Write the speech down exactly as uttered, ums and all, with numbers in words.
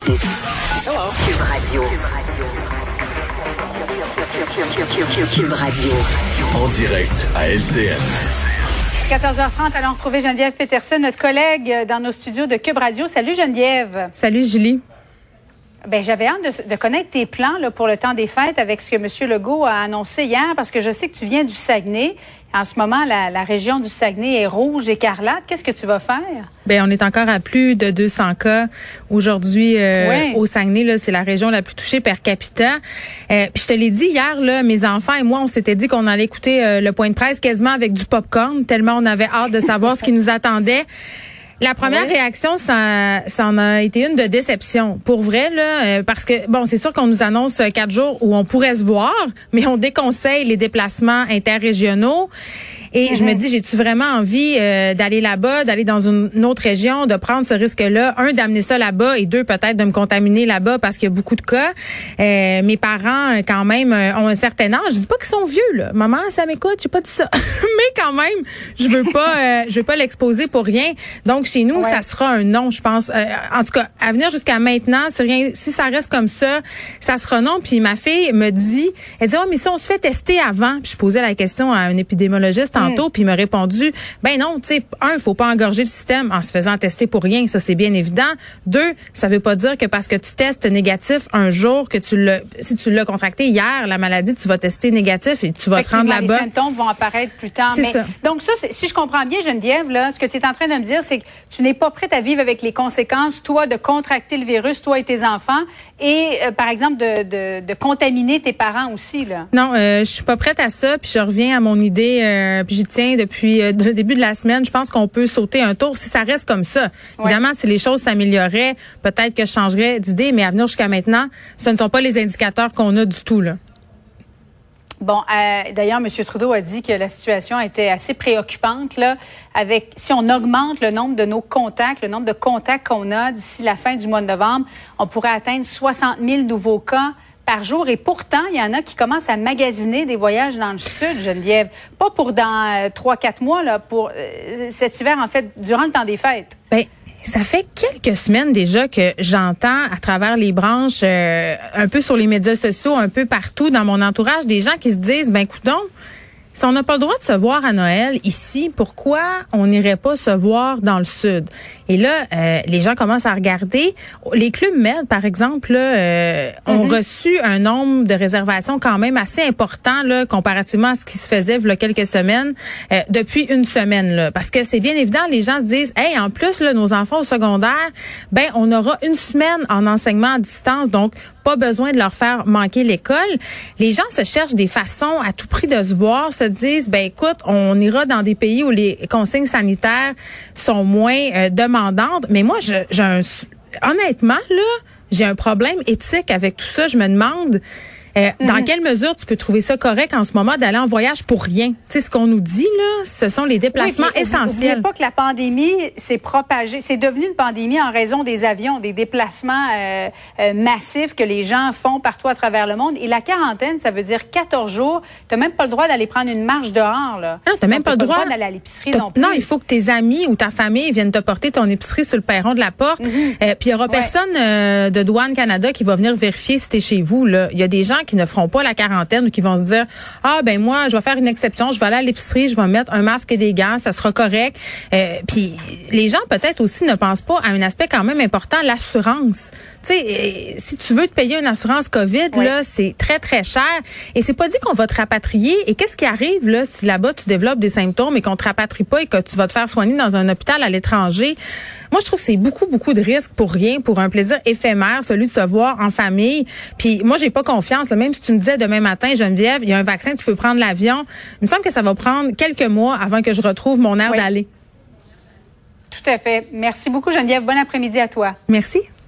Hello. Cube Radio. Cube Radio. En direct à L C N. quatorze heures trente, allons retrouver Geneviève Peterson, notre collègue dans nos studios de Cube Radio. Salut Geneviève. Salut Julie. Ben, j'avais hâte de, de connaître tes plans là, pour le temps des fêtes avec ce que M. Legault a annoncé hier, parce que je sais que tu viens du Saguenay. En ce moment, la, la région du Saguenay est rouge, écarlate. Qu'est-ce que tu vas faire? Ben, on est encore à plus de deux cents cas aujourd'hui euh, oui. au Saguenay. Là, c'est la région la plus touchée per capita. Euh, puis je te l'ai dit hier, là, mes enfants et moi, on s'était dit qu'on allait écouter euh, le point de presse quasiment avec du popcorn, tellement on avait hâte de savoir ce qui nous attendait. La première oui. réaction, ça, ça en a été une de déception. Pour vrai, là, euh, parce que, bon, c'est sûr qu'on nous annonce quatre jours où on pourrait se voir, mais on déconseille les déplacements interrégionaux. Et mm-hmm. je me dis, j'ai-tu vraiment envie euh, d'aller là-bas, d'aller dans une, une autre région, de prendre ce risque-là? Un, d'amener ça là-bas et deux, peut-être de me contaminer là-bas parce qu'il y a beaucoup de cas. Euh, mes parents, quand même, ont un certain âge. Je dis pas qu'ils sont vieux, là. Maman, ça m'écoute, j'ai pas dit ça. Mais quand même, je veux pas, euh, je veux pas l'exposer pour rien. Donc, chez nous, ouais. ça sera un non, je pense. Euh, en tout cas, à venir jusqu'à maintenant, si rien, si ça reste comme ça, ça sera non. Puis ma fille me dit, elle dit, oh, mais si on se fait tester avant. Puis je posais la question à un épidémiologiste tantôt, mm. puis il m'a répondu, ben non, tu sais, un, faut pas engorger le système en se faisant tester pour rien, ça c'est bien évident. Deux, ça veut pas dire que parce que tu testes négatif un jour, que tu l'as, si tu l'as contracté hier, la maladie, tu vas tester négatif et tu vas te rendre là-bas. Les symptômes vont apparaître plus tard. C'est mais, ça. Donc ça, si je comprends bien, Geneviève, là, ce que tu es en train de me dire, c'est que tu n'es pas prête à vivre avec les conséquences, toi, de contracter le virus, toi et tes enfants, et euh, par exemple de, de, de contaminer tes parents aussi, là. Non, euh, je suis pas prête à ça, puis je reviens à mon idée, euh, puis j'y tiens depuis euh, le début de la semaine. Je pense qu'on peut sauter un tour si ça reste comme ça. Ouais. Évidemment, si les choses s'amélioraient, peut-être que je changerais d'idée, mais à venir jusqu'à maintenant, ce ne sont pas les indicateurs qu'on a du tout, là. Bon, euh, d'ailleurs, M. Trudeau a dit que la situation était assez préoccupante, là, avec, si on augmente le nombre de nos contacts, le nombre de contacts qu'on a d'ici la fin du mois de novembre, on pourrait atteindre soixante mille nouveaux cas par jour. Et pourtant, il y en a qui commencent à magasiner des voyages dans le sud, Geneviève. Pas pour dans trois, quatre mois, là, pour euh, cet hiver, en fait, durant le temps des fêtes. Ben, ça fait quelques semaines déjà que j'entends à travers les branches, euh, un peu sur les médias sociaux, un peu partout dans mon entourage, des gens qui se disent, ben coudonc, si on n'a pas le droit de se voir à Noël ici, pourquoi on n'irait pas se voir dans le sud? Et là, euh, les gens commencent à regarder. Les Club Med, par exemple, là, euh, mm-hmm. ont reçu un nombre de réservations quand même assez important là, comparativement à ce qui se faisait il y a quelques semaines, euh, depuis une semaine. Là, parce que c'est bien évident, les gens se disent, hey, en plus, là, nos enfants au secondaire, ben on aura une semaine en enseignement à distance, donc pas besoin de leur faire manquer l'école. Les gens se cherchent des façons à tout prix de se voir, se disent, ben écoute, on ira dans des pays où les consignes sanitaires sont moins euh, demandantes. Mais moi, je, j'ai un, honnêtement, là, j'ai un problème éthique avec tout ça. Je me demande euh, mm-hmm. dans quelle mesure tu peux trouver ça correct en ce moment d'aller en voyage pour rien. Tu sais, ce qu'on nous dit, là, ce sont les déplacements oui, essentiels. N'oubliez pas que la pandémie s'est propagée, c'est devenu une pandémie en raison des avions, des déplacements euh, euh, massifs que les gens font partout à travers le monde. Et la quarantaine, ça veut dire quatorze jours. Tu n'as même pas le droit d'aller prendre une marche dehors, là. Non, tu n'as même pas, pas le droit d'aller à l'épicerie non plus. Non, il faut que tes amis ou ta famille viennent te porter ton épicerie sur le perron de la porte. Mm-hmm. Euh, Puis il y aura ouais. personne euh, de Douane Canada qui va venir vérifier si t'es chez vous, là. Il y a des gens qui ne feront pas la quarantaine ou qui vont se dire, ah, ben moi, je vais faire une exception, je vais aller à l'épicerie, je vais mettre un masque et des gants, ça sera correct. Euh, puis les gens, peut-être aussi, ne pensent pas à un aspect quand même important, l'assurance. Tu sais, si tu veux te payer une assurance COVID, oui. là, c'est très, très cher. Et c'est pas dit qu'on va te rapatrier. Et qu'est-ce qui arrive, là, si là-bas, tu développes des symptômes et qu'on te rapatrie pas et que tu vas te faire soigner dans un hôpital à l'étranger? Moi, je trouve que c'est beaucoup, beaucoup de risques pour rien, pour un plaisir éphémère, celui de se voir en famille. Puis moi, j'ai pas confiance. Là. Même si tu me disais demain matin, Geneviève, il y a un vaccin, tu peux prendre l'avion. Il me semble que ça va prendre quelques mois avant que je retrouve mon air oui. d'aller. Tout à fait. Merci beaucoup, Geneviève. Bon après-midi à toi. Merci.